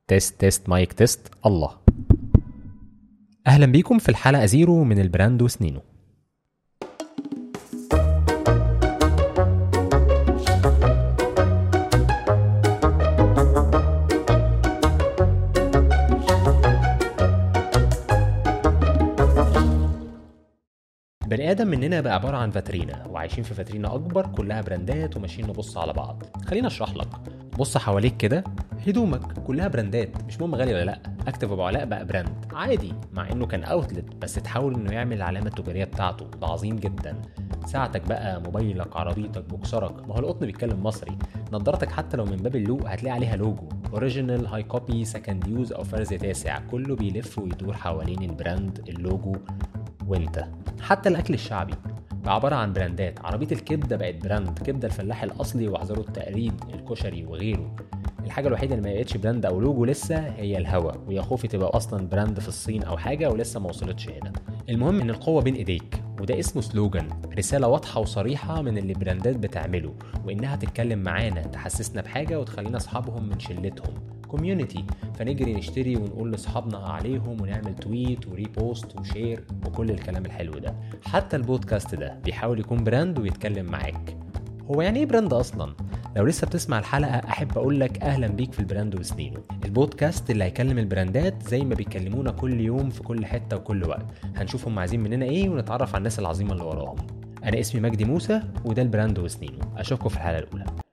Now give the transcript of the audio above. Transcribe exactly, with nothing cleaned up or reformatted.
تيست تيست مايك تيست. الله. اهلا بيكم في الحلقه زيرو من البراند وسنينه. بني ادم مننا بقى عباره عن فاترينا، وعايشين في فاترينا اكبر كلها براندات وماشيين نبص على بعض. خلينا اشرح لك. بص حواليك كده، هدومك كلها براندات، مش مهم غالي ولا لا. اكتف ابو علاء بقى براند عادي، مع انه كان اوتلت، بس تحاول انه يعمل العلامه التجاريه بتاعته. ده عظيم جدا. ساعتك بقى، موبايلك، عربيتك، بوكسرك، ما هو القطن بيتكلم مصري. نضارتك حتى لو من باب اللوق هتلاقي عليها لوجو اوريجينال، هاي كوبي، سكند يوز او فرز تاسع. كله بيلف ويدور حوالين البراند، اللوجو وانت. حتى الاكل الشعبي بقى عباره عن براندات. عربيه الكبده بقت براند، كبده الفلاح الاصلي واحذروا التقليد، الكشري وغيره. الحاجه الوحيده اللي ما بقتش براند او لوجو لسه هي الهوا، ويا خوفي تبقى اصلا براند في الصين او حاجه ولسه ما وصلتش هنا. المهم ان القوه بين ايديك، وده اسمه سلوجان، رساله واضحه وصريحه من اللي براندات بتعمله، وانها تتكلم معانا، تحسسنا بحاجه وتخلينا اصحابهم من شلتهم. كوميونيتي، فنجري نشتري ونقول لاصحابنا عليهم ونعمل تويت وريبوست وشير وكل الكلام الحلو ده. حتى البودكاست ده بيحاول يكون براند ويتكلم معاك. هو يعني ايه براند اصلا؟ لو لسه بتسمع الحلقه احب اقول لك اهلا بيك في البراند وسنينه، البودكاست اللي هيكلم البراندات زي ما بيكلمونا كل يوم في كل حته وكل وقت. هنشوفهم عايزين مننا ايه ونتعرف على الناس العظيمه اللي وراهم. انا اسمي مجدي موسى، وده البراند وسنينه. اشوفكم في الحلقه الاولى.